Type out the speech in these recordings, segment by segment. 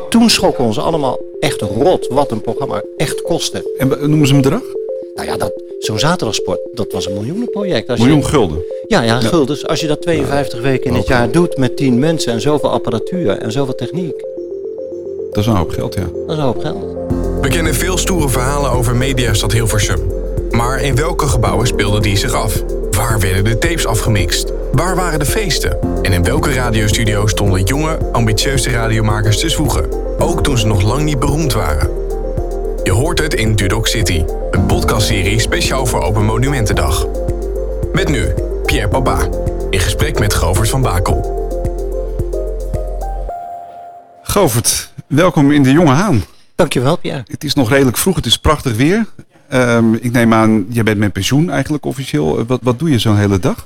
toen schrokken ons allemaal echt rot wat een programma echt kostte. En noemen ze een bedrag? Nou ja, zo'n zaterdagsport, dat was een miljoenenproject. Miljoen gulden? Ja, guldens. Als je dat 52 weken in het jaar doet met 10 mensen en zoveel apparatuur en zoveel techniek. Dat is een hoop geld, ja. Dat is een hoop geld. We kennen veel stoere verhalen over Mediastad Hilversum. Maar in welke gebouwen speelde die zich af? Waar werden de tapes afgemixt? Waar waren de feesten? En in welke radiostudio stonden jonge, ambitieuze radiomakers te zwoegen? Ook toen ze nog lang niet beroemd waren. Je hoort het in Dudok City, een podcastserie speciaal voor Open Monumentendag. Met nu Pierre Papa, in gesprek met Govert van Bakel. Govert, welkom in de Jonge Haan. Dankjewel, Pierre. Het is nog redelijk vroeg, het is prachtig weer. Ik neem aan, jij bent met pensioen eigenlijk officieel. Wat doe je zo'n hele dag?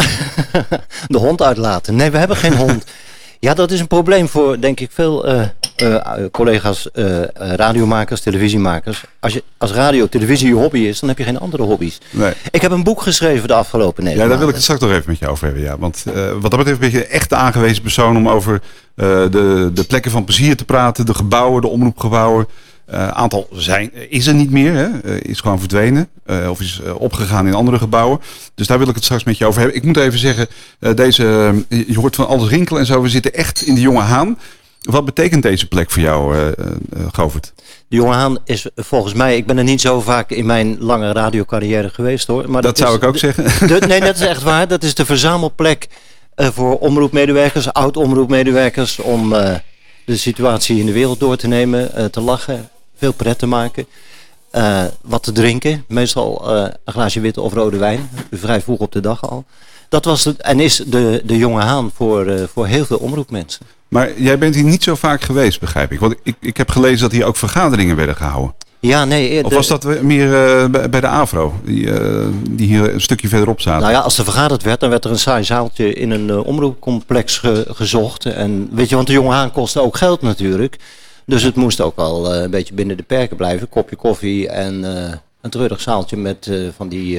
De hond uitlaten. Nee, we hebben geen hond. Ja, dat is een probleem voor, denk ik, veel collega's, radiomakers, televisiemakers. Als radio, televisie je hobby is, dan heb je geen andere hobby's. Nee. Ik heb een boek geschreven de afgelopen 9 maanden. Ja, daar wil ik het straks nog even met je over hebben. Ja. Want wat dat betreft ben je echt de aangewezen persoon om over de plekken van plezier te praten. De gebouwen, de omroepgebouwen. Aantal is er niet meer, hè? Is gewoon verdwenen of is opgegaan in andere gebouwen. Dus daar wil ik het straks met je over hebben. Ik moet even zeggen, je hoort van alles rinkelen en zo. We zitten echt in de Jonge Haan. Wat betekent deze plek voor jou, Govert? De Jonge Haan is volgens mij, ik ben er niet zo vaak in mijn lange radiocarrière geweest hoor. Maar dat zou ik ook zeggen. Nee, dat is echt waar. Dat is de verzamelplek voor omroepmedewerkers, oud-omroepmedewerkers om de situatie in de wereld door te nemen, te lachen. Veel pret te maken. Wat te drinken. Meestal een glaasje witte of rode wijn. Vrij vroeg op de dag al. Dat was en is de Jonge Haan voor heel veel omroepmensen. Maar jij bent hier niet zo vaak geweest, begrijp ik. Want ik heb gelezen dat hier ook vergaderingen werden gehouden. Ja, nee. Of was dat meer bij de AVRO? Die hier een stukje verderop zaten? Nou ja, als er vergaderd werd, dan werd er een saai zaaltje in een omroepcomplex gezocht. En weet je, want de Jonge Haan kostte ook geld natuurlijk. Dus het moest ook wel een beetje binnen de perken blijven. Kopje koffie en een treurig zaaltje met van die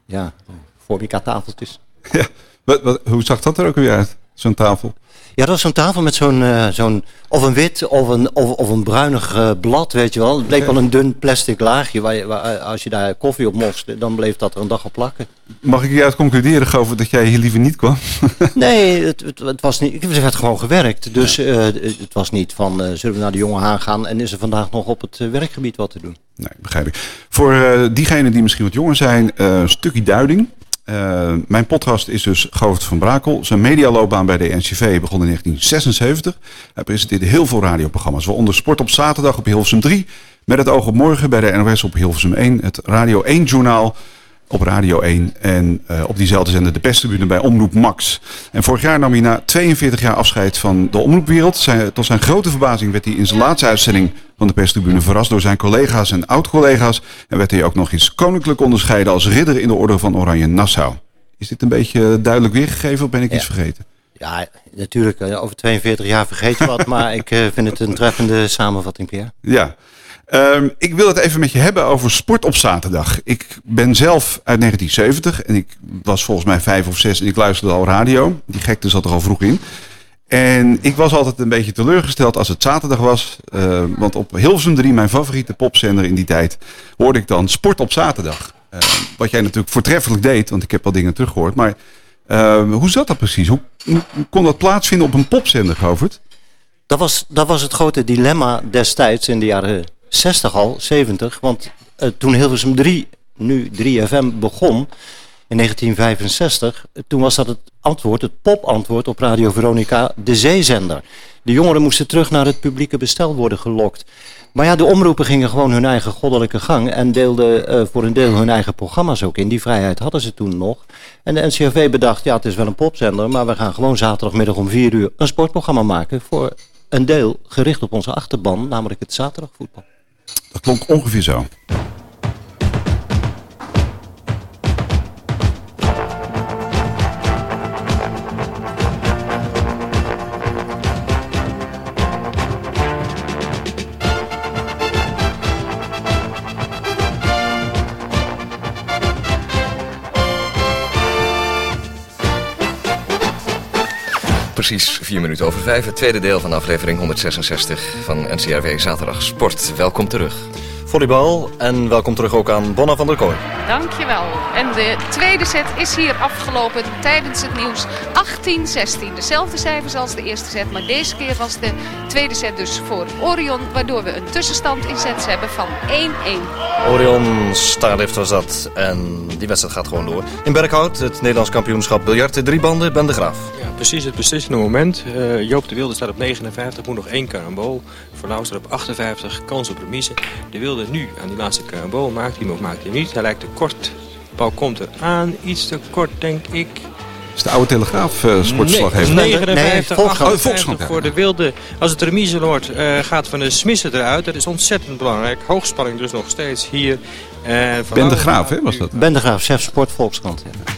formica tafeltjes. Ja, hoe zag dat er ook weer uit, zo'n tafel? Ja, dat was zo'n tafel met zo'n of een wit of een bruinig blad, weet je wel. Het bleek wel een dun plastic laagje. Waar als je daar koffie op moste, dan bleef dat er een dag op plakken. Mag ik hieruit concluderen, Govert, dat jij hier liever niet kwam? Nee, het was niet. Er werd gewoon gewerkt. Dus het was niet van, zullen we naar de Jonge Haan gaan en is er vandaag nog op het werkgebied wat te doen? Nee, begrijp ik. Voor diegenen die misschien wat jonger zijn, een stukje duiding. Mijn podcast is dus Govert van Bakel. Zijn medialoopbaan bij de NCV begon in 1976. Hij presenteerde heel veel radioprogramma's, waaronder Sport op zaterdag op Hilversum 3. Met het oog op morgen bij de NOS op Hilversum 1. Het Radio 1 journaal op Radio 1. En op diezelfde zender de perstribune bij Omroep Max. En vorig jaar nam hij na 42 jaar afscheid van de omroepwereld. Tot zijn grote verbazing werd hij in zijn laatste uitzending van de perstribune verrast door zijn collega's en oud-collega's. En werd hij ook nog eens koninklijk onderscheiden als ridder in de orde van Oranje Nassau. Is dit een beetje duidelijk weergegeven of ben ik iets vergeten? Ja, natuurlijk. Over 42 jaar vergeet je wat. Maar ik vind het een treffende samenvatting, Pierre. Ja. Ik wil het even met je hebben over Sport op zaterdag. Ik ben zelf uit 1970 en ik was volgens mij 5 of 6 en ik luisterde al radio. Die gekte zat er al vroeg in. En ik was altijd een beetje teleurgesteld als het zaterdag was. Want op Hilversum 3, mijn favoriete popzender in die tijd, hoorde ik dan Sport op zaterdag. Wat jij natuurlijk voortreffelijk deed, want ik heb al dingen teruggehoord. Maar hoe zat dat precies? Hoe kon dat plaatsvinden op een popzender, Govert? Dat was het grote dilemma destijds in de jaren 60 al, 70. Want toen Hilversum 3, nu 3FM, begon in 1965... toen was dat het popantwoord op Radio Veronica, de zeezender. De jongeren moesten terug naar het publieke bestel worden gelokt. Maar ja, de omroepen gingen gewoon hun eigen goddelijke gang en deelden voor een deel hun eigen programma's ook in. Die vrijheid hadden ze toen nog. En de NCRV bedacht, ja, het is wel een popzender, maar we gaan gewoon zaterdagmiddag om 4 uur een sportprogramma maken voor een deel gericht op onze achterban, namelijk het zaterdagvoetbal. Dat klonk ongeveer zo. precies 4 minuten over 5. Het tweede deel van aflevering 166 van NCRV Zaterdag Sport. Welkom terug. Volleybal en welkom terug ook aan Bonna van der Kooi. Dankjewel. En de tweede set is hier afgelopen tijdens het nieuws. 18-16. Dezelfde cijfers als de eerste set, maar deze keer was de tweede set dus voor Orion, waardoor we een tussenstand in sets hebben van 1-1. Orion Staarlift was dat en die wedstrijd gaat gewoon door. In Berkhout, het Nederlands kampioenschap biljart, 3 banden, Ben de Graaf. Ja, precies het beslissende moment. Joop de Wilde staat op 59, moet nog 1 carambol. Forlauw staat op 58, kans op remise. De Wilde nu aan die laatste carambol maakt hij, of maakt hij niet. Hij lijkt te kort. Bal komt eraan, iets te kort denk ik. Is de oude Telegraaf sportverslaggever? Nee, 59, Volkskrant. 58 voor de Wilde. Als het remise wordt, gaat Van de Smissen eruit. Dat is ontzettend belangrijk. Hoogspanning dus nog steeds hier. Ben de Graaf, hè, was dat? Ben de Graaf, chef sport Volkskrant. Ja.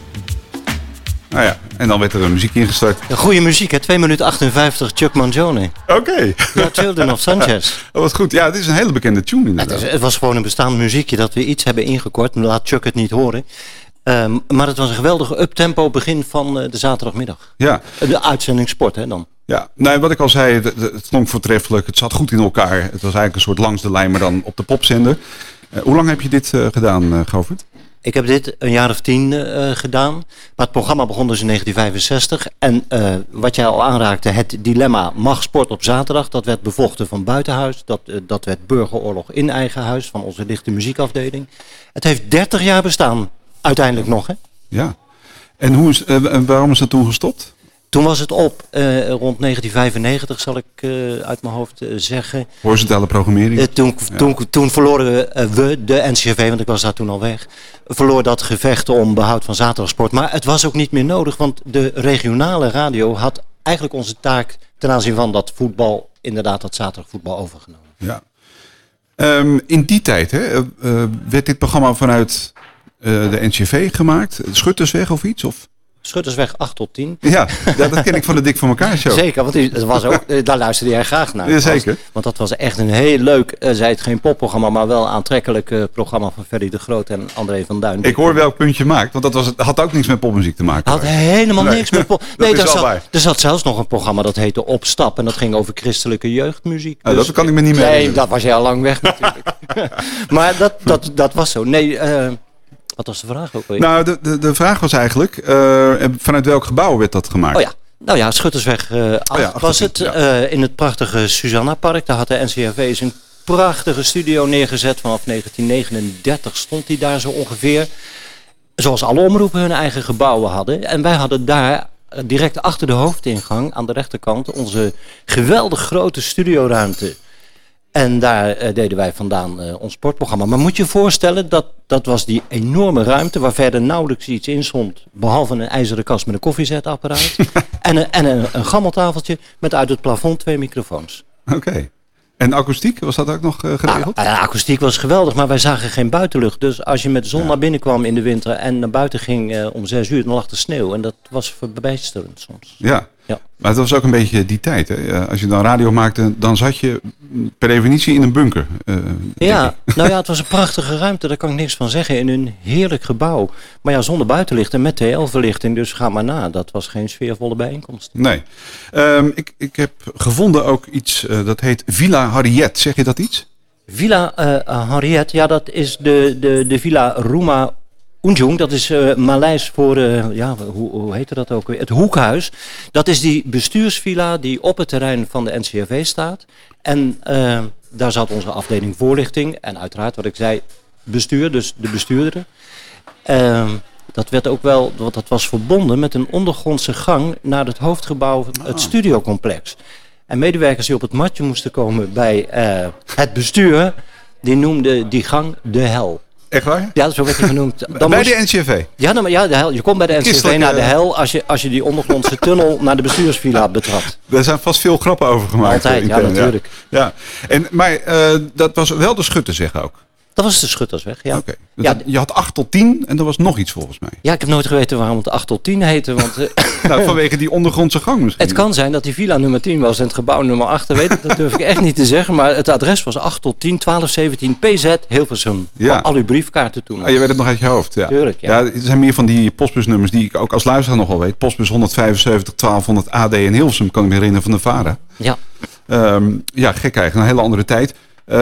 Nou ja, en dan werd er een muziek ingestart. Goede muziek, hè? 2 minuten 58, Chuck Mangione. Oké. Ja, Children of Sanchez. Dat was goed. Ja, het is een hele bekende tune inderdaad. Het was gewoon een bestaand muziekje dat we iets hebben ingekort. Laat Chuck het niet horen. Maar het was een geweldige uptempo begin van de zaterdagmiddag. Ja. De uitzending sport, hè, dan. Ja, nou, wat ik al zei, het klonk voortreffelijk. Het zat goed in elkaar. Het was eigenlijk een soort langs de lijn, maar dan op de popzender. Hoe lang heb je dit gedaan, Govert? Ik heb dit een jaar of 10 gedaan. Maar het programma begon dus in 1965. En wat jij al aanraakte, het dilemma mag sport op zaterdag. Dat werd bevochten van buitenhuis. Dat werd burgeroorlog in eigen huis van onze lichte muziekafdeling. Het heeft 30 jaar bestaan, uiteindelijk nog. Hè? Ja. En waarom is dat toen gestopt? Toen was het op, rond 1995 zal ik uit mijn hoofd zeggen. Horizontale programmering? Toen verloren we, de NCRV, want ik was daar toen al weg, verloor dat gevecht om behoud van zaterdagsport. Maar het was ook niet meer nodig, want de regionale radio had eigenlijk onze taak ten aanzien van dat voetbal, inderdaad dat zaterdagvoetbal overgenomen. Ja. In die tijd werd dit programma vanuit de NCRV gemaakt, Schuttersweg of iets? Of? Schuttersweg 8 tot 10. Ja, dat ken ik van de Dik voor elkaar show. Zeker, want dat was ook, daar luisterde jij graag naar. Ja, zeker. Want dat was echt een heel leuk, zei het geen popprogramma, maar wel aantrekkelijk programma van Ferry de Groot en André van Duin. Ik hoor welk punt je maakt, want dat had ook niks met popmuziek te maken. Had helemaal niks met pop. Nee, er zat zelfs nog een programma dat heette Opstap en dat ging over christelijke jeugdmuziek. Dus, dat kan ik me niet meer herinneren. Nee, dat was jij al lang weg natuurlijk. Maar dat was zo. Nee, wat was de vraag ook weer? Nou, de vraag was eigenlijk, vanuit welk gebouw werd dat gemaakt? Oh ja, nou ja, Schuttersweg 8 was het. Ja. In het prachtige Susanna Park. Daar had de NCRV een prachtige studio neergezet. Vanaf 1939 stond die daar zo ongeveer. Zoals alle omroepen hun eigen gebouwen hadden. En wij hadden daar direct achter de hoofdingang aan de rechterkant onze geweldig grote studioruimte. En daar deden wij vandaan ons sportprogramma. Maar moet je je voorstellen, dat was die enorme ruimte waar verder nauwelijks iets in stond. Behalve een ijzeren kast met een koffiezetapparaat. en een gammeltafeltje met uit het plafond 2 microfoons. Oké. En akoestiek, was dat ook nog geregeld? Akoestiek was geweldig, maar wij zagen geen buitenlucht. Dus als je met de zon naar binnen kwam in de winter en naar buiten ging om 6 uur, dan lag er sneeuw. En dat was verbijsterend soms. Ja. Maar het was ook een beetje die tijd. Hè? Als je dan radio maakte, dan zat je per definitie in een bunker. Het was een prachtige ruimte, daar kan ik niks van zeggen. In een heerlijk gebouw. Maar ja, zonder buitenlicht en met TL-verlichting, dus ga maar na. Dat was geen sfeervolle bijeenkomst. Nee. Ik heb gevonden ook iets, dat heet Villa Harriet. Zeg je dat iets? Villa Harriet, ja, dat is de Villa Roema Unjung, dat is Maleis voor, hoe heette dat ook weer? Het Hoekhuis. Dat is die bestuursvilla die op het terrein van de NCRV staat. En daar zat onze afdeling voorlichting. En uiteraard, wat ik zei, bestuur, dus de bestuurderen. Dat werd ook wel, want dat was verbonden met een ondergrondse gang naar het hoofdgebouw, het studiocomplex. En medewerkers die op het matje moesten komen bij het bestuur, die noemden die gang de hel. Echt waar? Ja, zo werd hij genoemd. Bij de NCRV? Ja, de hel. Je komt bij de NCRV naar de hel als je die ondergrondse tunnel naar de bestuursvilla betrad. Daar zijn vast veel grappen over gemaakt. Altijd, ja, natuurlijk. Ja. Maar dat was wel de Schutte, zeg ook. Dat was de Schuttersweg, ja. Oké. Ja, Je had 8 tot 10 en er was nog iets volgens mij. Ja, ik heb nooit geweten waarom het 8 tot 10 heette. Want Nou, vanwege die ondergrondse gang misschien. het kan zijn dat die villa nummer 10 was en het gebouw nummer 8. Dat durf ik echt niet te zeggen. Maar het adres was 8 tot 10, 1217 PZ Hilversum. Ja. Van al uw briefkaarten toen. Je weet het nog uit je hoofd. Ja. Tuurlijk, ja. Er zijn meer van die postbusnummers die ik ook als luisteraar nog wel weet. Postbus 175 1200 AD in Hilversum, kan ik me herinneren van de VARA. Ja. Gek eigenlijk, een hele andere tijd.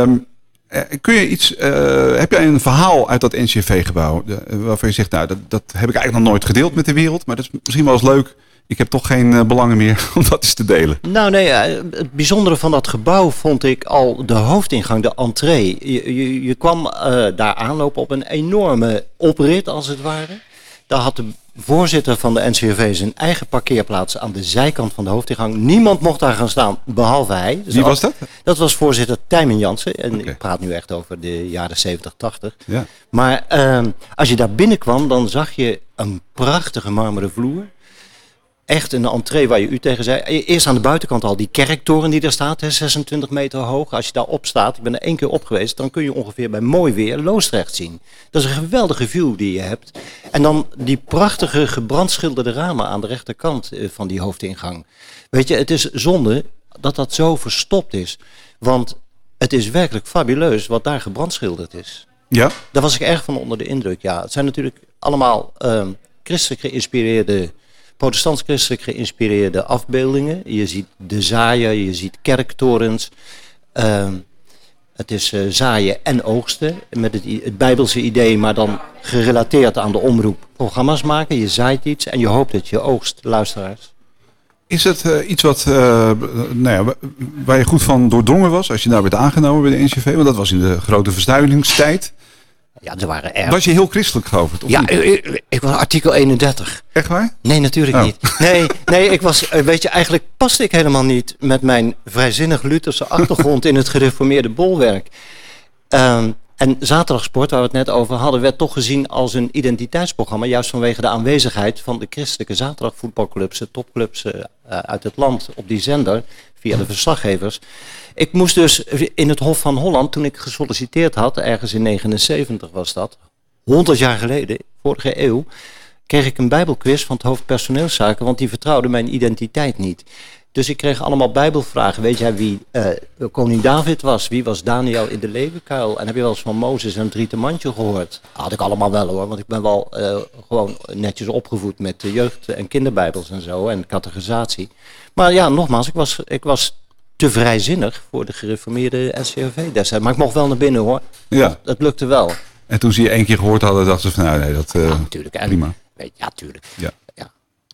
Kun je iets, heb jij een verhaal uit dat NCRV-gebouw waarvan je zegt, nou, dat heb ik eigenlijk nog nooit gedeeld met de wereld, maar dat is misschien wel eens leuk. Ik heb toch geen belangen meer om dat eens te delen. Nou nee, het bijzondere van dat gebouw vond ik al de hoofdingang, de entree. Je kwam daar aanlopen op een enorme oprit als het ware. Daar had de voorzitter van de NCRV zijn eigen parkeerplaats aan de zijkant van de hoofdingang. Niemand mocht daar gaan staan, behalve hij. Dus Wie was dat? Dat was voorzitter Tijmen Jansen. En Oké. ik praat nu echt over de jaren 70, 80. Ja. Maar als je daar binnenkwam, dan zag je een prachtige marmeren vloer. Echt een entree waar je u tegen zei. Eerst aan de buitenkant al die kerktoren die daar staat, 26 meter hoog. Als je daar op staat, ik ben er 1 keer op geweest, dan kun je ongeveer bij mooi weer Loosdrecht zien. Dat is een geweldige view die je hebt. En dan die prachtige gebrandschilderde ramen aan de rechterkant van die hoofdingang. Weet je, het is zonde dat dat zo verstopt is. Want het is werkelijk fabuleus wat daar gebrandschilderd is. Ja? Daar was ik erg van onder de indruk. Ja, het zijn natuurlijk allemaal christelijk geïnspireerde, protestants-christelijk geïnspireerde afbeeldingen. Je ziet de zaaien, je ziet kerktorens. Het is zaaien en oogsten. Met het Bijbelse idee, maar dan gerelateerd aan de omroep. Programma's maken, je zaait iets en je hoopt dat je oogst, luisteraars. Is het iets wat, waar je goed van doordrongen was als je daar werd aangenomen bij de NCV? Want dat was in de grote verzuilingstijd. Ja, er waren erg. Was je heel christelijk, geloof ik? Of Ja, niet? ik was artikel 31. Echt waar? Nee, natuurlijk Oh. niet. Nee, ik was, weet je, eigenlijk paste ik helemaal niet met mijn vrijzinnig Lutherse achtergrond in het gereformeerde bolwerk. En Zaterdagsport, waar we het net over hadden, werd toch gezien als een identiteitsprogramma. Juist vanwege de aanwezigheid van de christelijke zaterdagvoetbalclubs, de topclubs uit het land op die zender, via de verslaggevers. Ik moest dus in het Hof van Holland, toen ik gesolliciteerd had, ergens in 79 was dat, 100 jaar geleden, vorige eeuw, kreeg ik een bijbelquiz van het hoofd personeelszaken, want die vertrouwde mijn identiteit niet. Dus ik kreeg allemaal bijbelvragen. Weet jij wie koning David was? Wie was Daniel in de leeuwenkuil? En heb je wel eens van Mozes en het rieten mandje gehoord? Had ik allemaal wel hoor, want ik ben wel gewoon netjes opgevoed met jeugd- en kinderbijbels en zo en categorisatie. Maar ja, nogmaals, ik was te vrijzinnig voor de gereformeerde NCRV destijds. Maar ik mocht wel naar binnen hoor. Ja. Dat lukte wel. En toen ze je 1 keer gehoord hadden, dachten ze van, nou nee, dat Natuurlijk. En, prima. Ja, tuurlijk. Ja. Ja.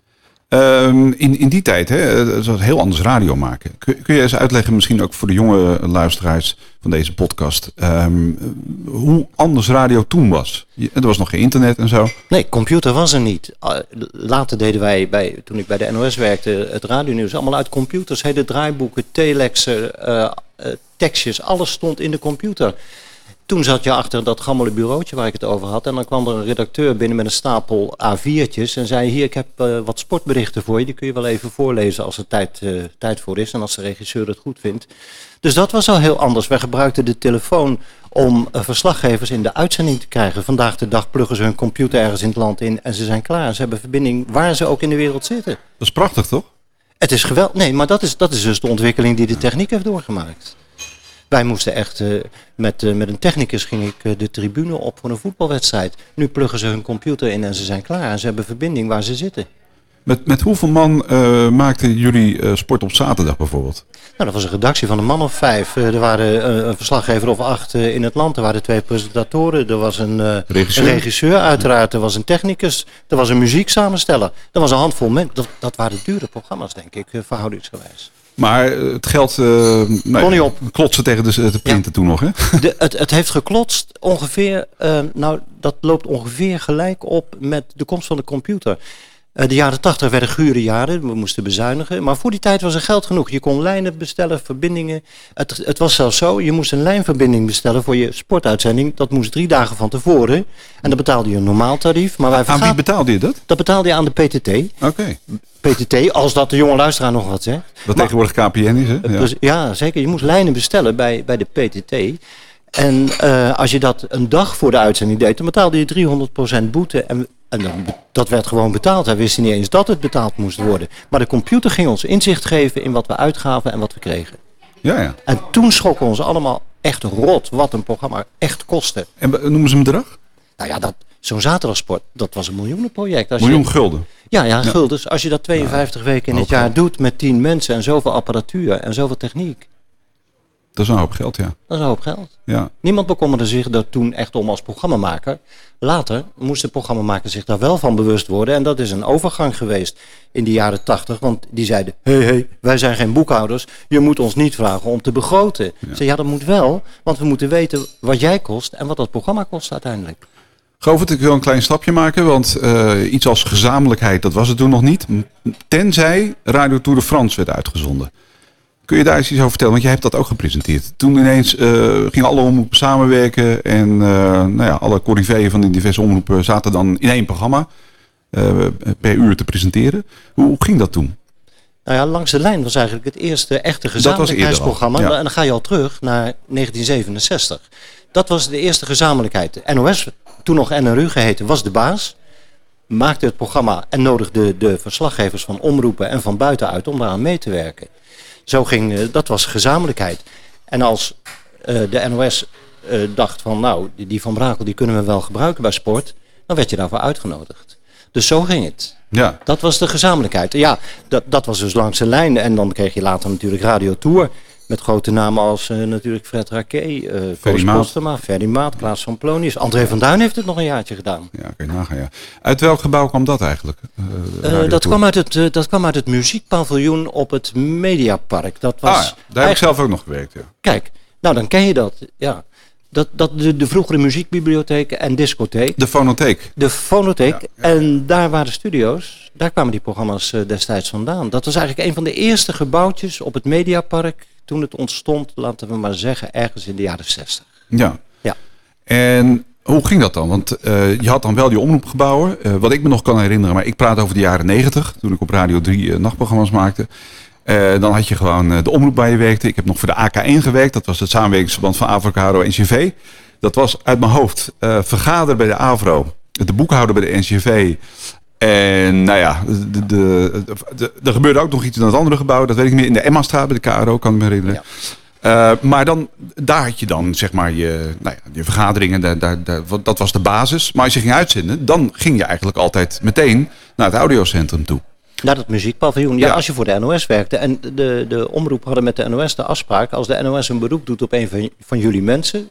In die tijd, het was heel anders radio maken. Kun je eens uitleggen, misschien ook voor de jonge luisteraars van deze podcast, hoe anders radio toen was? Er was nog geen internet en zo. Nee, computer was er niet. Later deden wij, toen ik bij de NOS werkte, het radionieuws allemaal uit computers. Hele draaiboeken, telexen, tekstjes, alles stond in de computer. Toen zat je achter dat gammele bureautje waar ik het over had. En dan kwam er een redacteur binnen met een stapel A4'tjes. En zei, hier, ik heb wat sportberichten voor je. Die kun je wel even voorlezen als er tijd voor is. En als de regisseur het goed vindt. Dus dat was al heel anders. Wij gebruikten de telefoon om verslaggevers in de uitzending te krijgen. Vandaag de dag pluggen ze hun computer ergens in het land in. En ze zijn klaar. Ze hebben verbinding waar ze ook in de wereld zitten. Dat is prachtig, toch? Het is geweldig. Nee, maar dat is dus de ontwikkeling die de techniek heeft doorgemaakt. Wij moesten echt, met een technicus ging ik de tribune op voor een voetbalwedstrijd. Nu pluggen ze hun computer in en ze zijn klaar. En ze hebben verbinding waar ze zitten. Met hoeveel man maakten jullie Sport op zaterdag bijvoorbeeld? Nou, dat was een redactie van een man of 5. Er waren een verslaggever of 8 in het land. Er waren 2 presentatoren. Er was een regisseur uiteraard. Er was een technicus. Er was een muzieksamensteller. Er was een handvol mensen. Dat waren dure programma's, denk ik, verhoudingsgewijs. Maar het geld Kon niet op. klotsen tegen de printer toen nog, hè? Het heeft geklotst ongeveer, dat loopt ongeveer gelijk op met de komst van de computer. De jaren 80 werden gure jaren, we moesten bezuinigen. Maar voor die tijd was er geld genoeg. Je kon lijnen bestellen, verbindingen. Het was zelfs zo, je moest een lijnverbinding bestellen voor je sportuitzending. Dat moest 3 dagen van tevoren. En dan betaalde je een normaal tarief. Maar wij Aan wie betaalde je dat? Dat betaalde je aan de PTT. Oké. PTT, als dat de jonge luisteraar nog wat zegt. Wat tegenwoordig KPN is, hè? Ja. Ja, zeker. Je moest lijnen bestellen bij de PTT. En als je dat een dag voor de uitzending deed, dan betaalde je 300% boete. En dat werd gewoon betaald. Hij wist niet eens dat het betaald moest worden. Maar de computer ging ons inzicht geven in wat we uitgaven en wat we kregen. Ja. En toen schrokken we ons allemaal echt rot wat een programma echt kostte. En noemen ze hem bedrag? Nou ja, zo'n zaterdagsport, dat was een miljoenenproject. Miljoen gulden? Ja, guldens. Als je dat 52 weken in het jaar doet met 10 mensen en zoveel apparatuur en zoveel techniek. Dat is een hoop geld, ja. Dat is een hoop geld. Ja. Niemand bekommerde zich er toen echt om als programmamaker. Later moest de programmamaker zich daar wel van bewust worden. En dat is een overgang geweest in de jaren 80. Want die zeiden, hey, wij zijn geen boekhouders. Je moet ons niet vragen om te begroten. Ja, dat moet wel. Want we moeten weten wat jij kost en wat dat programma kost uiteindelijk. Govert, ik wil een klein stapje maken. Want iets als gezamenlijkheid, dat was het toen nog niet. Tenzij Radio Tour de France werd uitgezonden. Kun je daar eens iets over vertellen? Want jij hebt dat ook gepresenteerd. Toen ineens gingen alle omroepen samenwerken. En alle corriveeën van de diverse omroepen zaten dan in één programma. Per uur te presenteren. Hoe ging dat toen? Nou ja, Langs de Lijn was eigenlijk het eerste echte gezamenlijkheidsprogramma. En dan ga je al terug naar 1967. Dat was de eerste gezamenlijkheid. De NOS, toen nog NRU geheten, was de baas. Maakte het programma en nodigde de verslaggevers van omroepen en van buiten uit om daaraan mee te werken. Zo ging, dat was gezamenlijkheid. En als de NOS dacht van nou, die Van Brakel die kunnen we wel gebruiken bij sport, dan werd je daarvoor uitgenodigd. Dus zo ging het. Ja. Dat was de gezamenlijkheid. Ja, dat was dus Langs de Lijn. En dan kreeg je later natuurlijk Radio Tour. Met grote namen als natuurlijk Fred Raquet, Koos Postema, Ferry Maat, Klaas van Plonius. André van Duin heeft het nog een jaartje gedaan. Ja, kun je nagaan, ja. Uit welk gebouw kwam dat eigenlijk? Dat kwam uit het muziekpaviljoen op het Mediapark. Dat was daar heb ik zelf ook nog gewerkt, ja. Kijk, nou dan ken je dat, ja. De vroegere muziekbibliotheek en discotheek. De fonotheek. De fonotheek. Ja. En daar waren de studio's. Daar kwamen die programma's destijds vandaan. Dat was eigenlijk een van de eerste gebouwtjes op het Mediapark toen het ontstond, laten we maar zeggen, ergens in de jaren 60. Ja. En hoe ging dat dan? Want je had dan wel die omroepgebouwen. Wat ik me nog kan herinneren, maar ik praat over de jaren 90, toen ik op Radio 3 nachtprogramma's maakte. Dan had je gewoon de omroep waar je werkte. Ik heb nog voor de AK1 gewerkt. Dat was het samenwerkingsverband van Avro, KRO en NCV. Dat was uit mijn hoofd vergaderen bij de Avro. De boekhouder bij de NCV. En nou ja, er gebeurde ook nog iets in dat andere gebouw. Dat weet ik niet meer. In de Emma-straat bij de KRO, kan ik me herinneren. Ja. Maar dan, daar had je dan zeg maar je vergaderingen. Dat was de basis. Maar als je ging uitzenden, dan ging je eigenlijk altijd meteen naar het audiocentrum toe. Naar dat muziekpaviljoen. Ja, als je voor de NOS werkte. En de omroep hadden met de NOS de afspraak. Als de NOS een beroep doet op een van jullie mensen.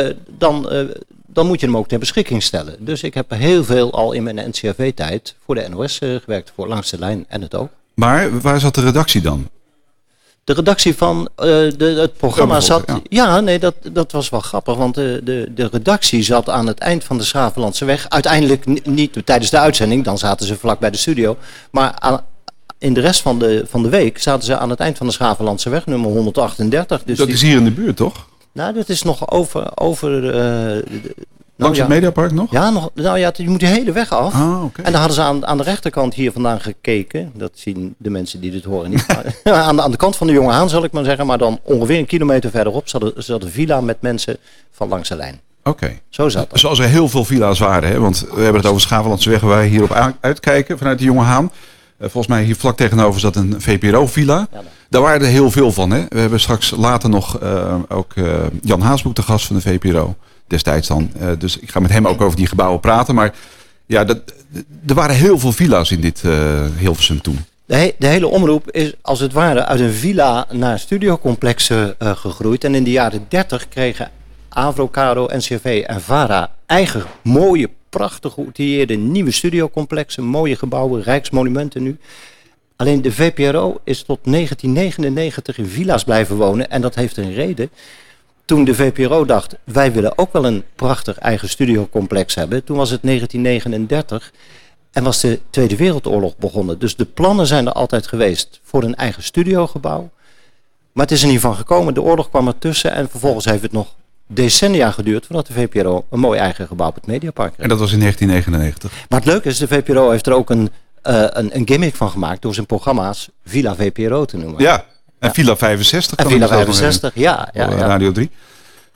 Dan moet je hem ook ter beschikking stellen. Dus ik heb heel veel al in mijn NCRV-tijd voor de NOS gewerkt. Voor Langs de Lijn en het ook. Maar waar zat de redactie dan? De redactie van het programma zat... Ja, nee, dat was wel grappig. Want de redactie zat aan het eind van de Schravenlandseweg. Uiteindelijk niet tijdens de uitzending. Dan zaten ze vlak bij de studio. Maar in de rest van de week zaten ze aan het eind van de Schravenlandseweg. Nummer 138. Dus dat is hier in de buurt, toch? Nou, dat is nog over langs het Mediapark nog? Ja, je moet de hele weg af. Okay. En dan hadden ze aan de rechterkant hier vandaan gekeken. Dat zien de mensen die dit horen niet. aan de kant van de Jonge Haan, zal ik maar zeggen. Maar dan ongeveer een kilometer verderop zat een villa met mensen van Langs de Lijn. Oké. Zo zat dat. Zoals er heel veel villa's waren. Hè? Want we hebben het over Schravenlandseweg waar wij hierop uitkijken vanuit de Jonge Haan. Volgens mij hier vlak tegenover zat een VPRO-villa. Ja, daar waren er heel veel van. Hè? We hebben straks later nog ook Jan Haasbroek te gast van de VPRO. Destijds dan. Dus ik ga met hem ook over die gebouwen praten. Maar ja, er waren heel veel villa's in dit Hilversum toen. De hele omroep is als het ware uit een villa naar studiocomplexen gegroeid. En in de jaren 30 kregen Avro, KRO, NCRV en VARA eigen mooie, prachtig geoutilleerde nieuwe studiocomplexen. Mooie gebouwen, rijksmonumenten nu. Alleen de VPRO is tot 1999 in villa's blijven wonen. En dat heeft een reden. Toen de VPRO dacht, wij willen ook wel een prachtig eigen studiocomplex hebben. Toen was het 1939 en was de Tweede Wereldoorlog begonnen. Dus de plannen zijn er altijd geweest voor een eigen studiogebouw. Maar het is er niet van gekomen. De oorlog kwam ertussen en vervolgens heeft het nog decennia geduurd voordat de VPRO een mooi eigen gebouw op het Mediapark kreeg. En dat was in 1999. Maar het leuke is, de VPRO heeft er ook een gimmick van gemaakt door zijn programma's Villa VPRO te noemen. Ja. En Villa 65. En Villa 65, ja. Radio 3.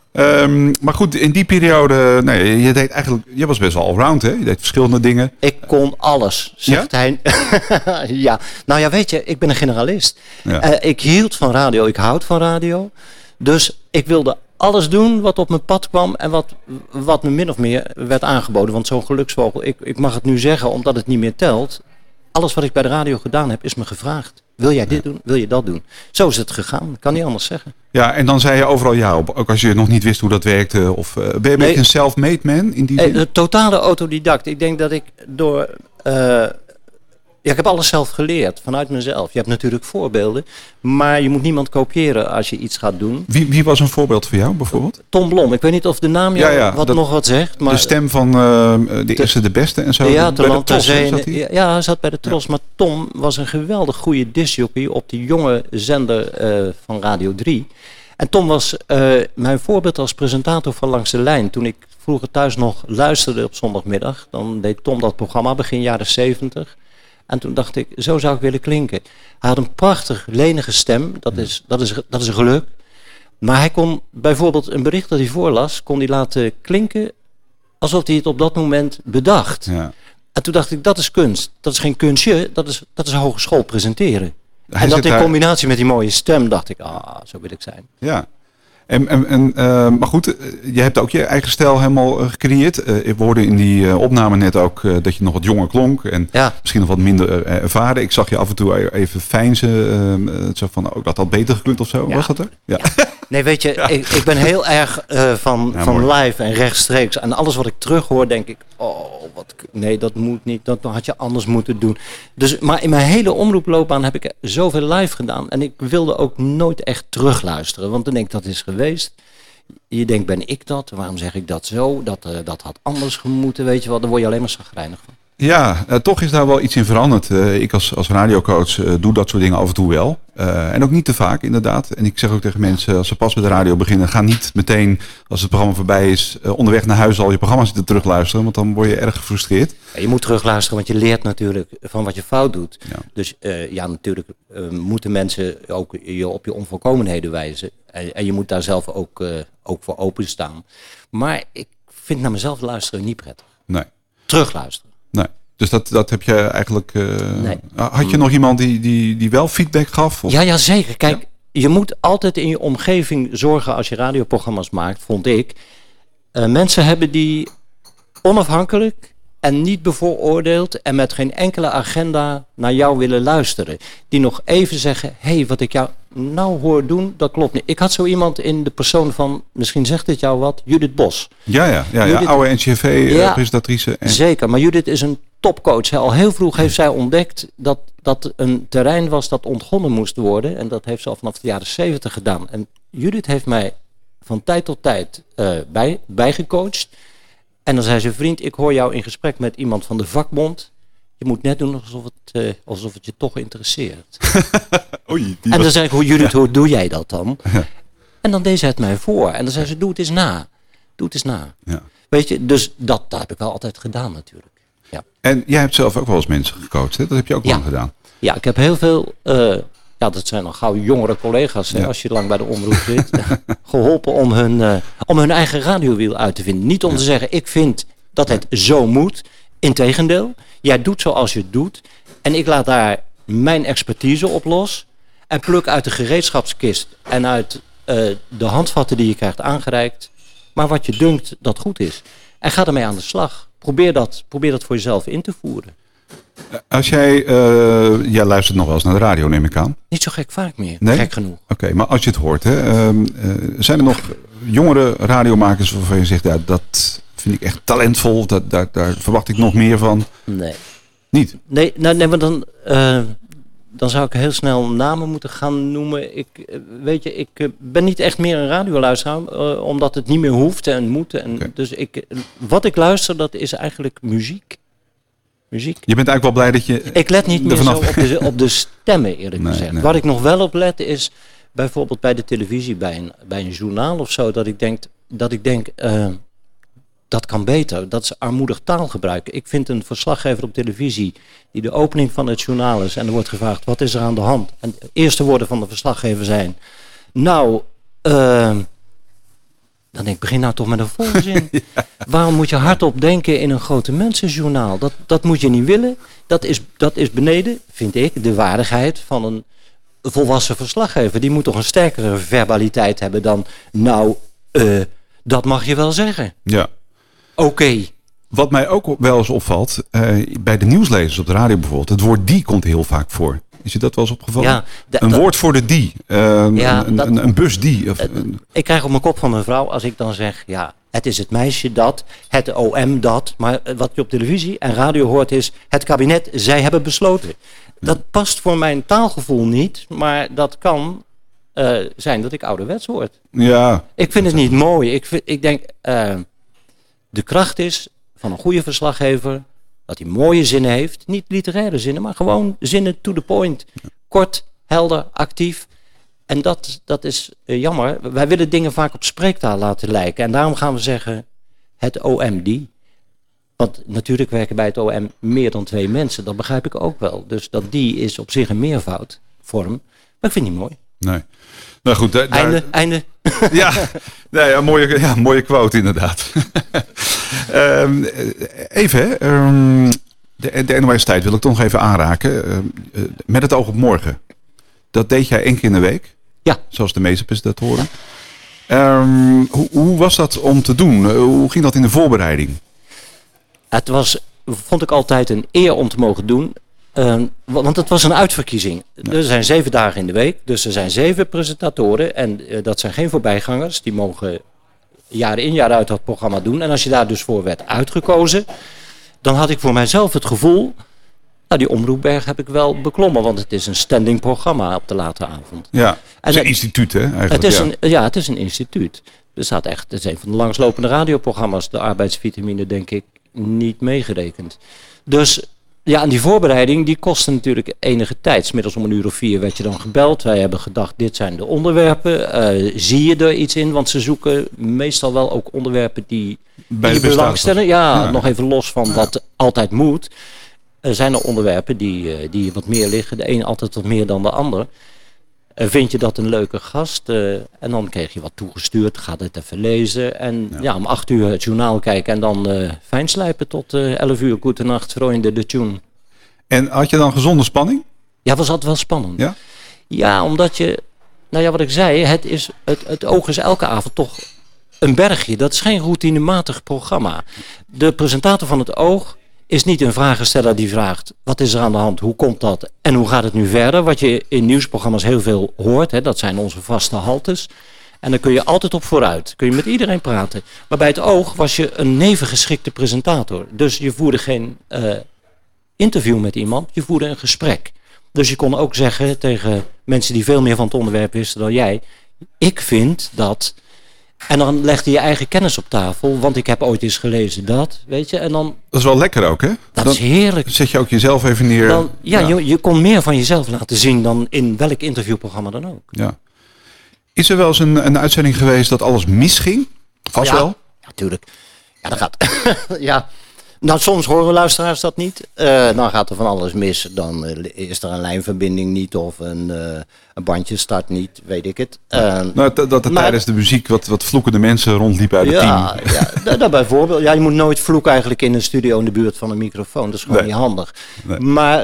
Maar goed, in die periode, je was best wel allround, hè? Je deed verschillende dingen. Ik kon alles, zegt hij. Ja, nou ja, weet je, ik ben een generalist. Ja. Ik hield van radio, ik houd van radio. Dus ik wilde alles doen wat op mijn pad kwam en wat me min of meer werd aangeboden. Want zo'n geluksvogel, ik mag het nu zeggen omdat het niet meer telt. Alles wat ik bij de radio gedaan heb, is me gevraagd. Wil jij dit doen? Wil je dat doen? Zo is het gegaan. Kan niet anders zeggen. Ja, en dan zei je overal ja op. Ook als je nog niet wist hoe dat werkte. Of ben je een self-made man in die zin? De totale autodidact. Ik denk dat ik door... ik heb alles zelf geleerd. Vanuit mezelf. Je hebt natuurlijk voorbeelden. Maar je moet niemand kopiëren als je iets gaat doen. Wie was een voorbeeld voor jou bijvoorbeeld? Tom Blom. Ik weet niet of de naam jou nog wat zegt. Maar de stem van de eerste de beste en zo. Ja, bij de Tros, hij zat bij de Tros. Maar Tom was een geweldig goede discjockey op die jonge zender van Radio 3. En Tom was mijn voorbeeld als presentator van Langs de Lijn. Toen ik vroeger thuis nog luisterde op zondagmiddag. Dan deed Tom dat programma begin jaren 70. En toen dacht ik, zo zou ik willen klinken. Hij had een prachtig, lenige stem. Dat is een geluk. Maar hij kon bijvoorbeeld een bericht dat hij voorlas, kon hij laten klinken alsof hij het op dat moment bedacht. Ja. En toen dacht ik, dat is kunst. Dat is geen kunstje, dat is hogeschool presenteren. En dat in combinatie met die mooie stem dacht ik, zo wil ik zijn. Ja. Maar goed, je hebt ook je eigen stijl helemaal gecreëerd. We hoorden in die opname net ook dat je nog wat jonger klonk. En misschien nog wat minder ervaren. Ik zag je af en toe even feinzen. Zo van, dat beter gekund of zo. Ja. Was dat er? Ja. Nee, weet je, ik ben heel erg van live en rechtstreeks. En alles wat ik terughoor, denk ik, dat moet niet. Dat had je anders moeten doen. Dus, maar in mijn hele omroeploopbaan heb ik zoveel live gedaan. En ik wilde ook nooit echt terugluisteren. Want dan denk ik, dat is geweest. Je denkt, ben ik dat? Waarom zeg ik dat zo? Dat had anders gemoeten, weet je wel. Daar word je alleen maar chagrijnig van. Ja, toch is daar wel iets in veranderd. Ik als radiocoach doe dat soort dingen af en toe wel. En ook niet te vaak, inderdaad. En ik zeg ook tegen mensen, als ze pas met de radio beginnen, ga niet meteen, als het programma voorbij is, onderweg naar huis al je programma zitten terugluisteren. Want dan word je erg gefrustreerd. Ja, je moet terugluisteren, want je leert natuurlijk van wat je fout doet. Ja. Dus natuurlijk moeten mensen ook je op je onvolkomenheden wijzen. En je moet daar zelf ook voor openstaan. Maar ik vind naar mezelf luisteren niet prettig. Nee. Terugluisteren. Nee. Dus dat heb je eigenlijk... Nee. Had je nog iemand die wel feedback gaf? Of? Ja, zeker. Kijk, je moet altijd in je omgeving zorgen als je radioprogramma's maakt, vond ik. Mensen hebben die onafhankelijk en niet bevooroordeeld en met geen enkele agenda naar jou willen luisteren. Die nog even zeggen, wat ik jou nou hoor doen, dat klopt niet. Ik had zo iemand in de persoon van, misschien zegt dit jou wat, Judith Bos. Ja, oude NCRV-presentatrice. Zeker, maar Judith is een topcoach. Al heel vroeg heeft zij ontdekt dat een terrein was dat ontgonnen moest worden. En dat heeft ze al vanaf de jaren 70 gedaan. En Judith heeft mij van tijd tot tijd bijgecoacht. En dan zei ze, vriend, ik hoor jou in gesprek met iemand van de vakbond. Je moet net doen alsof het je toch interesseert. Oei, en dan zei ik, Judith, hoe doe jij dat dan? En dan deed ze het mij voor. En dan zei ze, doe het eens na. Doe het eens na. Ja. Weet je, dus dat heb ik wel altijd gedaan natuurlijk. Ja. En jij hebt zelf ook wel eens mensen gecoacht, hè? Dat heb je ook lang gedaan. Ja, ik heb heel veel, dat zijn al gauw jongere collega's, hè, als je lang bij de omroep zit, geholpen om hun eigen radiowiel uit te vinden. Niet om te zeggen, ik vind dat het zo moet. Integendeel, jij doet zoals je het doet. En ik laat daar mijn expertise op los. En pluk uit de gereedschapskist en uit de handvatten die je krijgt aangereikt. Maar wat je dunkt dat goed is. En ga ermee aan de slag. Probeer dat voor jezelf in te voeren. Als jij luistert nog wel eens naar de radio, neem ik aan. Niet zo gek vaak meer, nee? Gek genoeg. Oké, maar als je het hoort, zijn er nog jongere radiomakers waarvan je zegt, dat vind ik echt talentvol, daar verwacht ik nog meer van? Nee. Niet? Nee, maar dan zou ik heel snel namen moeten gaan noemen. Ik ben niet echt meer een radioluisteraar, omdat het niet meer hoeft en moet. En dus wat ik luister, dat is eigenlijk muziek. Je bent eigenlijk wel blij dat je... Ik let niet meer zo op de stemmen, eerlijk gezegd. Nee. Wat ik nog wel op let is, bijvoorbeeld bij de televisie, bij een journaal of zo, dat ik denk, dat kan beter. Dat is armoedig taalgebruik. Ik vind een verslaggever op televisie die de opening van het journaal is en er wordt gevraagd, wat is er aan de hand? En de eerste woorden van de verslaggever zijn, Dan denk ik, begin nou toch met een volzin. Ja. Waarom moet je hardop denken in een grote mensenjournaal? Dat moet je niet willen. Dat is beneden, vind ik, de waardigheid van een volwassen verslaggever. Die moet toch een sterkere verbaliteit hebben dan, dat mag je wel zeggen. Ja. Oké. Wat mij ook wel eens opvalt, bij de nieuwslezers op de radio bijvoorbeeld, het woord die komt heel vaak voor. Is je dat wel eens opgevallen? Ja, een woord voor de die. Een bus die. Ik krijg op mijn kop van mijn vrouw als ik dan zeg, het is het meisje dat, het OM dat. Maar wat je op televisie en radio hoort is, het kabinet, zij hebben besloten. Dat past voor mijn taalgevoel niet, maar dat kan zijn dat ik ouderwets word. Ja. Ik vind het niet mooi. Ik denk, de kracht is van een goede verslaggever dat hij mooie zinnen heeft. Niet literaire zinnen, maar gewoon zinnen to the point. Kort, helder, actief. En dat is jammer. Wij willen dingen vaak op spreektaal laten lijken. En daarom gaan we zeggen het OM die. Want natuurlijk werken bij het OM meer dan 2 mensen. Dat begrijp ik ook wel. Dus dat die is op zich een meervoudvorm. Maar ik vind het niet mooi. Nee. Nou goed, Einde. Ja, mooie quote inderdaad. Even, de NOS-tijd wil ik toch nog even aanraken. Met het oog op morgen. Dat deed jij 1 keer in de week. Ja. Zoals de meeste presentatoren. Hoe was dat om te doen? Hoe ging dat in de voorbereiding? Het vond ik altijd een eer om te mogen doen. Want het was een uitverkiezing. Ja. Er zijn 7 dagen in de week. Dus er zijn 7 presentatoren. En dat zijn geen voorbijgangers. Die mogen jaar in jaar uit dat programma doen. En als je daar dus voor werd uitgekozen, dan had ik voor mijzelf het gevoel, die Omroepberg heb ik wel beklommen. Want het is een standing programma op de late avond. Ja, het is een instituut hè? Eigenlijk, het is een instituut. Het is een van de langslopende radioprogramma's. De arbeidsvitamine denk ik niet meegerekend. Dus en die voorbereiding die kostte natuurlijk enige tijd. 'S Middags om 1:04 werd je dan gebeld. Wij hebben gedacht, dit zijn de onderwerpen. Zie je er iets in? Want ze zoeken meestal wel ook onderwerpen die je belangstellen. Ja, nog even los van wat altijd moet. Zijn er onderwerpen die wat meer liggen. De een altijd wat meer dan de ander. Vind je dat een leuke gast? En dan kreeg je wat toegestuurd. Ga het even lezen. En om 8 uur het journaal kijken. En dan fijn slijpen tot 11 uur. Goedenacht, vrienden, de tune. En had je dan gezonde spanning? Ja, was altijd wel spannend. Ja? Ja, omdat je, wat ik zei, het oog is elke avond toch een bergje. Dat is geen routinematig programma. De presentator van het oog is niet een vragensteller die vraagt, wat is er aan de hand, hoe komt dat en hoe gaat het nu verder? Wat je in nieuwsprogramma's heel veel hoort, dat zijn onze vaste haltes. En dan kun je altijd op vooruit, kun je met iedereen praten. Maar bij het oog was je een nevengeschikte presentator. Dus je voerde geen interview met iemand, je voerde een gesprek. Dus je kon ook zeggen tegen mensen die veel meer van het onderwerp wisten dan jij, ik vind dat. En dan legde je eigen kennis op tafel, want ik heb ooit eens gelezen dat, weet je. En dan, dat is wel lekker ook, hè? Dat is heerlijk. Zet je ook jezelf even neer. Je kon meer van jezelf laten zien dan in welk interviewprogramma dan ook. Ja. Is er wel eens een uitzending geweest dat alles misging? Vast wel? Ja, natuurlijk. Ja, dat gaat. Ja. Nou, soms horen luisteraars dat niet. Dan gaat er van alles mis. Dan is er een lijnverbinding niet of een bandje start niet, weet ik het. Dat er tijdens de muziek wat vloekende mensen rondliepen uit het team. Ja, bijvoorbeeld. Ja, je moet nooit vloeken eigenlijk in een studio in de buurt van een microfoon. Dat is gewoon niet handig. Nee. Maar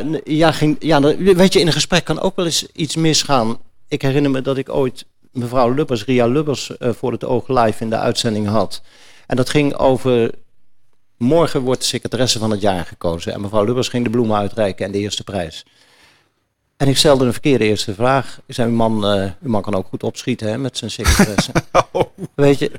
weet je, in een gesprek kan ook wel eens iets misgaan. Ik herinner me dat ik ooit mevrouw Lubbers, Ria Lubbers, voor het oog live in de uitzending had. En dat ging over, morgen wordt de secretaresse van het jaar gekozen. En mevrouw Lubbers ging de bloemen uitreiken en de eerste prijs. En ik stelde een verkeerde eerste vraag. Ik zei, uw man kan ook goed opschieten, hè, met zijn secretaresse. Weet je.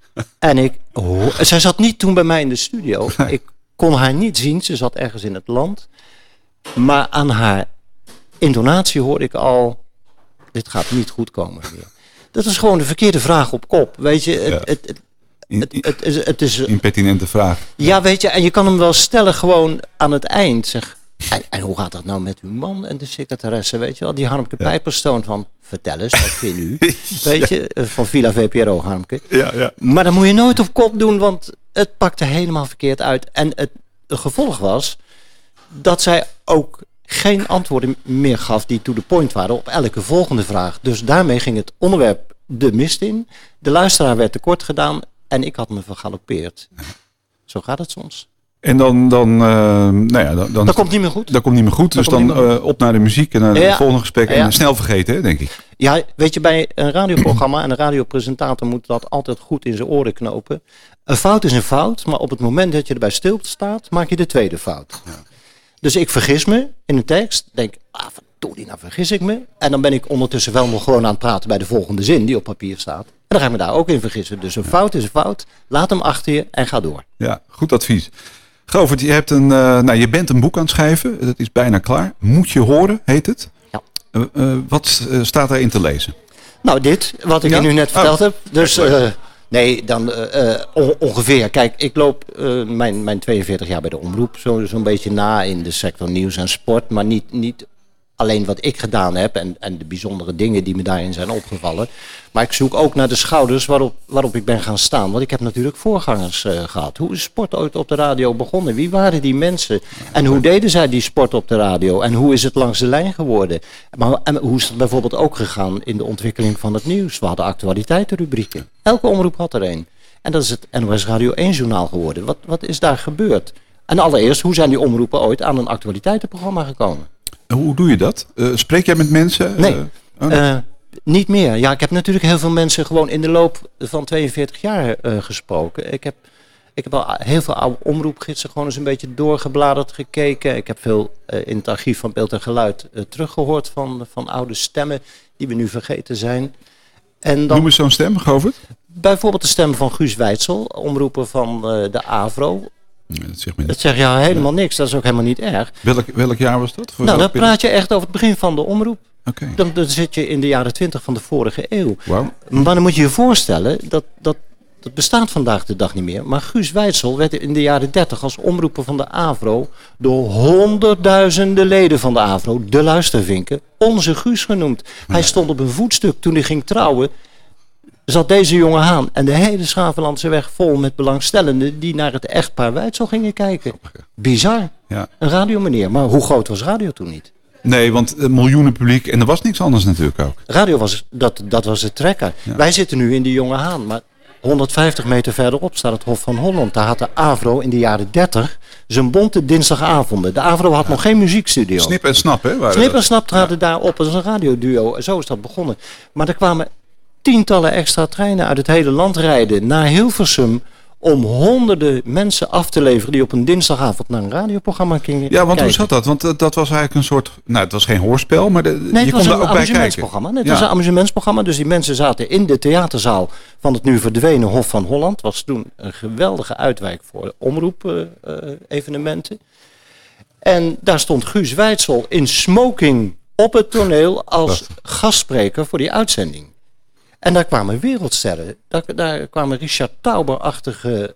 En zij zat niet toen bij mij in de studio. Nee. Ik kon haar niet zien. Ze zat ergens in het land. Maar aan haar intonatie hoorde ik al, dit gaat niet goed komen meer. Dat is gewoon de verkeerde vraag op kop. Weet je, het is een impertinente vraag. Ja, weet je, en je kan hem wel stellen gewoon aan het eind. Zeg, en hoe gaat dat nou met uw man en de secretaresse? Weet je wel, die Harmke Pijperstoon van, vertel eens, wat vindt u? Weet je, van Villa VPRO Harmke. Ja. Maar dat moet je nooit op kop doen, want het pakte helemaal verkeerd uit. En het gevolg was dat zij ook geen antwoorden meer gaf die to the point waren op elke volgende vraag. Dus daarmee ging het onderwerp de mist in. De luisteraar werd tekort gedaan en ik had me vergalopeerd. Zo gaat het soms. En dan Dat komt niet meer goed. Dat komt niet meer goed. Dus dan op naar de muziek en naar het volgende gesprek. En snel vergeten, hè, denk ik. Ja, weet je, bij een radioprogramma en een radiopresentator moet dat altijd goed in zijn oren knopen. Een fout is een fout, maar op het moment dat je erbij stilstaat, maak je de tweede fout. Ja. Dus ik vergis me in een tekst. Denk, verdorie, nou vergis ik me. En dan ben ik ondertussen wel nog gewoon aan het praten bij de volgende zin die op papier staat. En dan ga ik me daar ook in vergissen. Dus een fout is een fout. Laat hem achter je en ga door. Ja, goed advies. Govert, je bent een boek aan het schrijven. Dat is bijna klaar. Moet je horen, heet het. Ja. Wat staat daarin te lezen? Nou, dit, wat ik je nu net verteld heb. Dus ongeveer. Kijk, ik loop mijn 42 jaar bij de omroep zo'n beetje na in de sector nieuws en sport. Maar niet alleen wat ik gedaan heb en de bijzondere dingen die me daarin zijn opgevallen. Maar ik zoek ook naar de schouders waarop ik ben gaan staan. Want ik heb natuurlijk voorgangers gehad. Hoe is sport ooit op de radio begonnen? Wie waren die mensen? En hoe deden zij die sport op de radio? En hoe is het langs de lijn geworden? En hoe is het bijvoorbeeld ook gegaan in de ontwikkeling van het nieuws? We hadden actualiteitenrubrieken. Elke omroep had er een. En dat is het NOS Radio 1 journaal geworden. Wat is daar gebeurd? En allereerst, hoe zijn die omroepen ooit aan een actualiteitenprogramma gekomen? Hoe doe je dat? Spreek jij met mensen? Nee, niet meer. Ja, ik heb natuurlijk heel veel mensen gewoon in de loop van 42 jaar gesproken. Ik heb al heel veel oude omroepgidsen gewoon eens een beetje doorgebladerd gekeken. Ik heb veel in het archief van Beeld en Geluid teruggehoord van oude stemmen die we nu vergeten zijn. En dan, noem eens zo'n stem, Govert. Bijvoorbeeld de stem van Guus Weitzel, omroeper van de AVRO. Nee, dat zegt jou helemaal niks, dat is ook helemaal niet erg. Welk jaar was dat? Dan praat je echt over het begin van de omroep. Okay. Dan zit je in de jaren 20 van de vorige eeuw. Wow. Maar dan moet je je voorstellen, dat bestaat vandaag de dag niet meer. Maar Guus Weitzel werd in de jaren 30 als omroeper van de AVRO door honderdduizenden leden van de AVRO, de luistervinken, onze Guus genoemd. Ja. Hij stond op een voetstuk toen hij ging trouwen. Zat deze jonge haan en de hele Schavenlandse weg vol met belangstellenden die naar het echtpaar Weitzel gingen kijken. Bizar. Ja. Een radiomeneer. Maar hoe groot was radio toen niet? Nee, want miljoenen publiek en er was niks anders natuurlijk ook. Radio dat was de trekker. Ja. Wij zitten nu in die jonge haan, maar 150 meter verderop staat het Hof van Holland. Daar had de AVRO in de jaren 30 zijn bonte dinsdagavonden. De AVRO had nog geen muziekstudio. Snip en Snap, hè? Snip en Snap traden daar op als een radioduo. Zo is dat begonnen. Maar er kwamen tientallen extra treinen uit het hele land rijden naar Hilversum om honderden mensen af te leveren die op een dinsdagavond naar een radioprogramma gingen kijken. Ja, want hoe zat dat? Want dat was eigenlijk een soort, het was geen hoorspel, maar je kon daar ook bij kijken. Het was een amusementsprogramma, dus die mensen zaten in de theaterzaal van het nu verdwenen Hof van Holland. Was toen een geweldige uitwijk voor omroep-evenementen. En daar stond Guus Weitzel in smoking op het toneel als gastspreker voor die uitzending. En daar kwamen wereldsterren. Daar kwamen Richard Tauber-achtige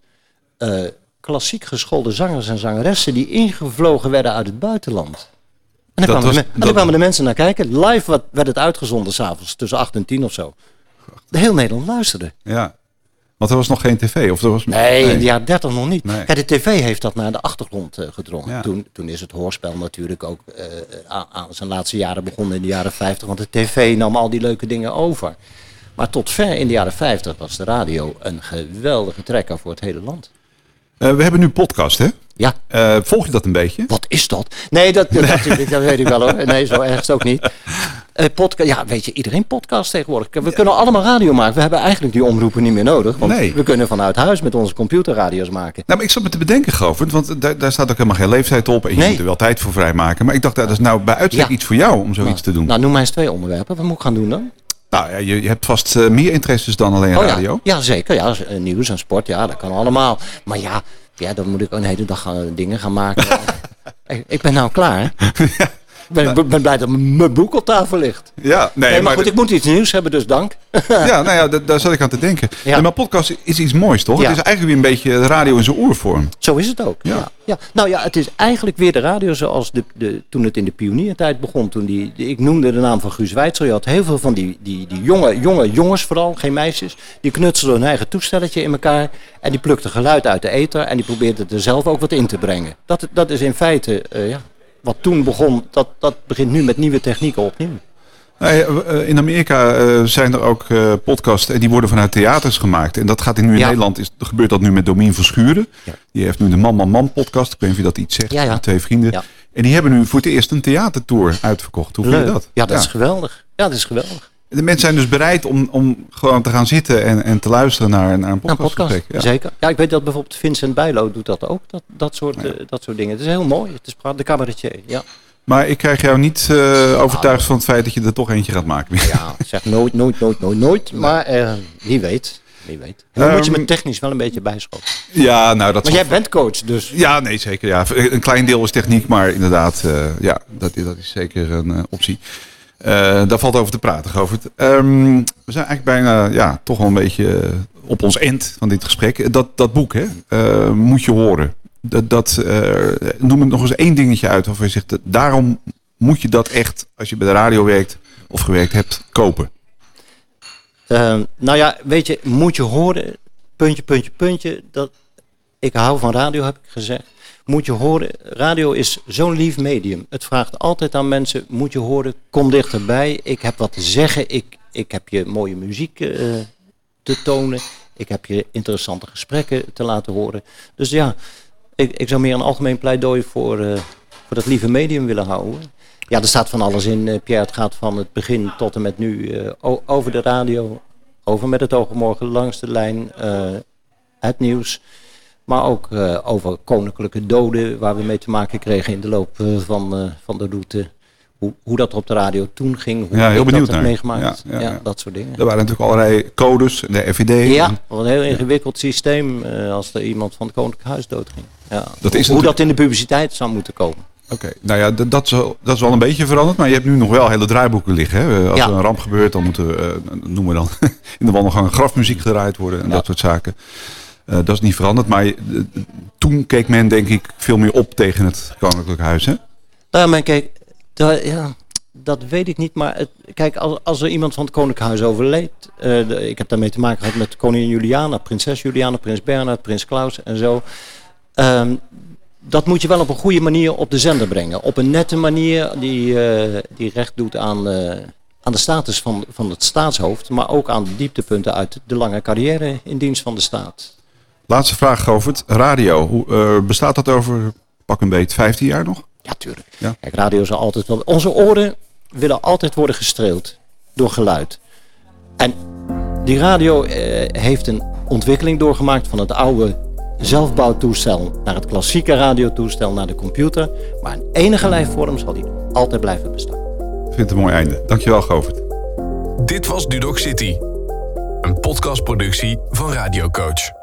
klassiek geschoolde zangers en zangeressen die ingevlogen werden uit het buitenland. En daar kwamen de mensen naar kijken. Live werd het uitgezonden s'avonds tussen 8 en 10 of zo. De heel Nederland luisterde. Ja, want er was nog geen tv? Of er was... Nee, in de jaren 30 nog niet. Nee. Kijk, de tv heeft dat naar de achtergrond gedrongen. Ja. Toen is het hoorspel natuurlijk ook aan zijn laatste jaren begonnen in de jaren 50. Want de tv nam al die leuke dingen over. Maar tot ver in de jaren 50 was de radio een geweldige trekker voor het hele land. We hebben nu podcast, hè? Ja. Volg je dat een beetje? Wat is dat? Nee, dat weet ik wel hoor. Nee, zo ergens ook niet. Podcast, ja, weet je, iedereen podcast tegenwoordig. We kunnen allemaal radio maken. We hebben eigenlijk die omroepen niet meer nodig. Want we kunnen vanuit huis met onze computerradio's maken. Nou, maar ik zat me te bedenken, Govert, want daar staat ook helemaal geen leeftijd op. En je moet er wel tijd voor vrijmaken. Maar ik dacht, dat is nou bij uitstek iets voor jou om zoiets te doen. Nou, noem maar eens 2 onderwerpen. Wat moet ik gaan doen dan? Nou ja, je hebt vast meer interesses dan alleen radio. Ja, zeker. Ja, nieuws en sport, ja, dat kan allemaal. Maar ja, dan moet ik een hele dag dingen gaan maken. Ik ben nou klaar. Ik ben blij dat mijn boek op tafel ligt. Ja, nee, maar goed, ik moet iets nieuws hebben, dus dank. Ja, nou ja, daar zat ik aan te denken. Ja. Nee, maar podcast is iets moois, toch? Ja. Het is eigenlijk weer een beetje radio in zijn oervorm. Zo is het ook. Ja. Ja. Nou ja, het is eigenlijk weer de radio zoals toen het in de pioniertijd begon. Toen ik noemde de naam van Guus Weitzel. Je had heel veel van die jonge jongens vooral, geen meisjes. Die knutselden hun eigen toestelletje in elkaar. En die plukten geluid uit de ether. En die probeerden er zelf ook wat in te brengen. Dat is in feite... Wat toen begon, dat begint nu met nieuwe technieken opnieuw. In Amerika zijn er ook podcasts en die worden vanuit theaters gemaakt. En dat gaat in Nederland, gebeurt dat nu met Domien Verschuren. Ja. Die heeft nu de Man podcast. Ik weet niet of je dat iets zegt. Ja. Met 2 vrienden. Ja. En die hebben nu voor het eerst een theatertour uitverkocht. Hoe vind je dat? Ja, dat is geweldig. Ja, dat is geweldig. De mensen zijn dus bereid om gewoon te gaan zitten en te luisteren naar een podcast. Ja. Zeker. Ja, ik weet dat bijvoorbeeld Vincent Bijlo doet dat ook. Dat soort dingen. Het is heel mooi. Het is de cabaretier. Ja. Maar ik krijg jou niet overtuigd van het feit dat je er toch eentje gaat maken. Ja, ik zeg nooit. Maar wie weet. Dan moet je me technisch wel een beetje bijschoten. Ja, nou dat. Maar jij bent coach, dus. Ja, nee, zeker. Ja. Een klein deel is techniek, maar inderdaad, dat is zeker een optie. Daar valt over te praten, Govert. We zijn eigenlijk bijna toch wel een beetje op ons eind van dit gesprek. Dat boek, hè, moet je horen. Noem het nog eens 1 dingetje uit waarvan je zegt, daarom moet je dat echt, als je bij de radio werkt of gewerkt hebt, kopen. Weet je, moet je horen, puntje. Ik hou van radio, heb ik gezegd. Moet je horen, radio is zo'n lief medium. Het vraagt altijd aan mensen, moet je horen, kom dichterbij. Ik heb wat te zeggen, ik heb je mooie muziek te tonen. Ik heb je interessante gesprekken te laten horen. Dus ja, ik zou meer een algemeen pleidooi voor dat lieve medium willen houden. Ja, er staat van alles in, Pierre. Het gaat van het begin tot en met nu over de radio, over Met het oog op morgen, langs de lijn, het nieuws. Maar ook over koninklijke doden, waar we mee te maken kregen in de loop van de route. Hoe dat op de radio toen ging, hoe heel benieuwd dat heb meegemaakt. Ja, dat soort dingen. Er waren natuurlijk allerlei codes, de RVD. Ja, een heel ingewikkeld systeem als er iemand van het Koninklijk Huis doodging. Ja. Hoe dat in de publiciteit zou moeten komen. Oké, nou ja, dat is wel een beetje veranderd. Maar je hebt nu nog wel hele draaiboeken liggen. Hè? Als er een ramp gebeurt, dan moet er, noemen we dan, in de wandelgang grafmuziek gedraaid worden en dat soort zaken. Dat is niet veranderd, maar toen keek men denk ik veel meer op tegen het Koninklijk Huis, hè? Men keek, dat weet ik niet, maar kijk, als er iemand van het Koninklijk Huis overleed, ik heb daarmee te maken gehad met koningin Juliana, prinses Juliana, prins Bernhard, prins Klaus en zo. Dat moet je wel op een goede manier op de zender brengen. Op een nette manier die recht doet aan de status van het staatshoofd, maar ook aan de dieptepunten uit de lange carrière in dienst van de staat. Laatste vraag, Govert. Radio, bestaat dat over pak een beet 15 jaar nog? Ja, tuurlijk. Ja. Kijk, radio is altijd wel. Onze oren willen altijd worden gestreeld door geluid. En die radio heeft een ontwikkeling doorgemaakt van het oude zelfbouwtoestel naar het klassieke radiotoestel, naar de computer. Maar in enige lijfvorm zal die altijd blijven bestaan. Ik vind het een mooi einde. Dankjewel, Govert. Dit was Dudok City, een podcastproductie van Radio Coach.